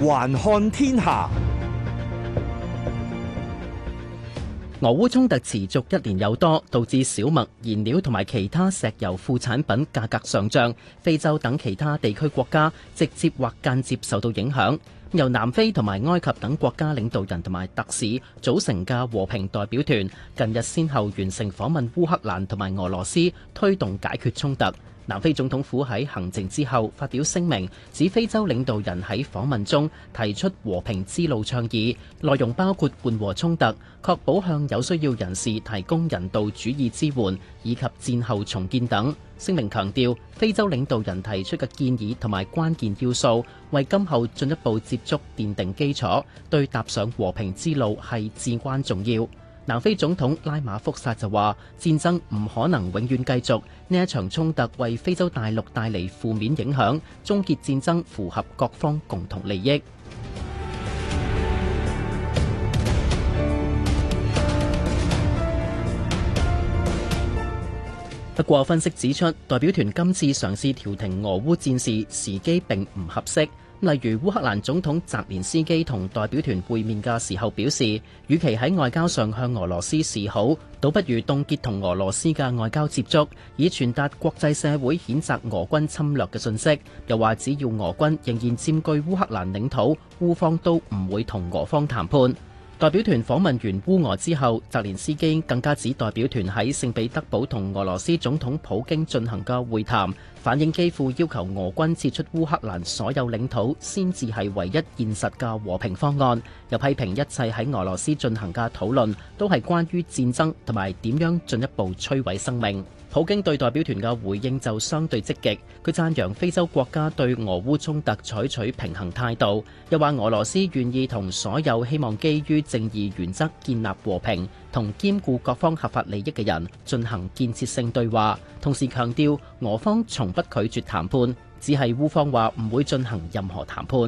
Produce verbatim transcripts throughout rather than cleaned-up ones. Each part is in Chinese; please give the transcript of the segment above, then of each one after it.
環看天下。 俄烏衝突持續一年有多，導致小麥、燃料同埋其他石油副產品價格上漲。非洲等其他地區國家直接或間接受到影響。由南非同埋埃及等國家領導人同埋特使組成嘅和平代表團，近日先後完成訪問烏克蘭同埋俄羅斯，推動解決衝突。南非總統府喺行程之後發表聲明，指非洲領導人喺訪問中提出和平之路倡議，內容包括緩和衝突、確保向有需要人士提供人道主義支援，以及戰後重建等。聲明強調，非洲領導人提出嘅建議同埋關鍵要素，為今後進一步接觸奠定基礎，對踏上和平之路係至關重要。南非總統拉馬福薩就話：戰爭唔可能永遠繼續，呢一場衝突為非洲大陸帶嚟負面影響，終結戰爭符合各方共同利益。不過，分析指出，代表團今次嘗試調停俄烏戰事時機並唔合適。例如烏克蘭總統澤連斯基同代表團會面嘅時候表示，與其喺外交上向俄羅斯示好，倒不如凍結同俄羅斯嘅外交接觸，以傳達國際社會譴責俄軍侵略嘅訊息。又話只要俄軍仍然佔據烏克蘭領土，烏方都唔會同俄方談判。代表團訪問完烏俄之後，澤連斯基更加指代表團喺聖彼得堡同俄羅斯總統普京進行嘅會談，反映基輔要求俄軍撤出烏克蘭所有領土，先至係唯一現實嘅和平方案。又批評一切喺俄羅斯進行嘅討論都係關於戰爭同埋點樣進一步摧毀生命。普京對代表團嘅回應就相對積極，佢讚揚非洲國家對俄烏衝突採取平衡態度，又話俄羅斯願意同所有希望基於正義原則建立和平同兼顧各方合法利益嘅人進行建設性對話，同時強調俄方從不拒絕談判，只係烏方話唔會進行任何談判。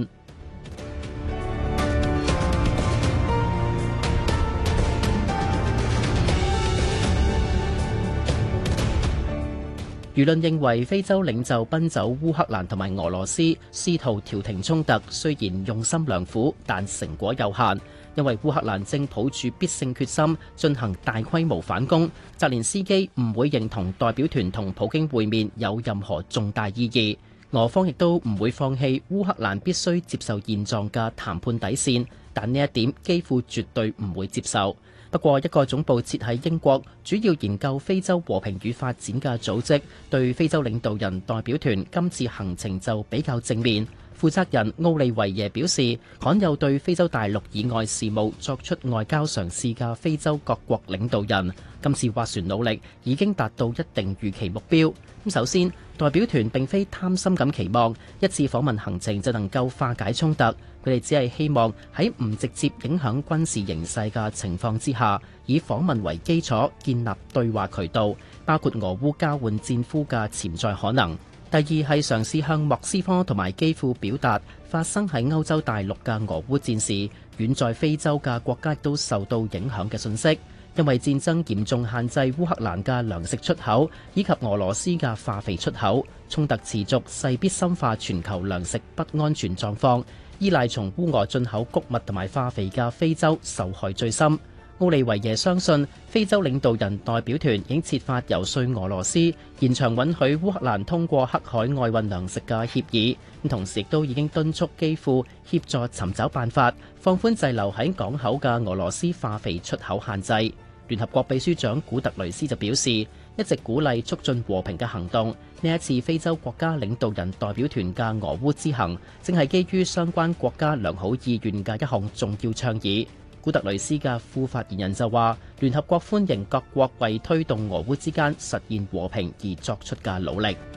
輿論認為非洲領袖奔走烏克蘭同埋俄羅斯，試圖調停衝突，雖然用心良苦，但成果有限。因為烏克蘭正抱住必勝決心進行大規模反攻，澤連斯基唔會認同代表團同普京會面有任何重大意義。俄方亦都唔會放棄烏克蘭必須接受現狀嘅談判底線，但呢一點幾乎絕對唔會接受。不過，一個總部設喺英國、主要研究非洲和平與發展嘅組織，對非洲領導人代表團今次行程就比較正面。負責人奧利維耶表示，罕有對非洲大陸以外事務作出外交嘗試嘅非洲各國領導人，今次斡旋努力已經達到一定預期目標。咁首先，代表團並非貪心咁期望一次訪問行程就能夠化解衝突，佢哋只係希望喺唔直接影響軍事形勢嘅情況之下，以訪問為基礎建立對話渠道，包括俄烏交換戰俘嘅潛在可能。第二係嘗試向莫斯科同埋基輔表達發生喺歐洲大陸嘅俄烏戰事，遠在非洲嘅國家亦都受到影響嘅信息，因為戰爭嚴重限制烏克蘭嘅糧食出口以及俄羅斯嘅化肥出口，衝突持續勢必深化全球糧食不安全狀況，依賴從烏俄進口穀物同埋化肥嘅非洲受害最深。奧利維耶相信，非洲領導人代表團已經設法游說俄羅斯延長允許烏克蘭通過黑海外運糧食嘅協議，同時亦都已經敦促基輔協助尋找辦法，放寬滯留喺港口嘅俄羅斯化肥出口限制。聯合國秘書長古特雷斯就表示，一直鼓勵促進和平嘅行動。呢一次非洲國家領導人代表團嘅俄烏之行，正係基於相關國家良好意願嘅一項重要倡議。古特雷斯嘅副發言人就話，聯合國歡迎各國為推動俄烏之間實現和平而作出嘅努力。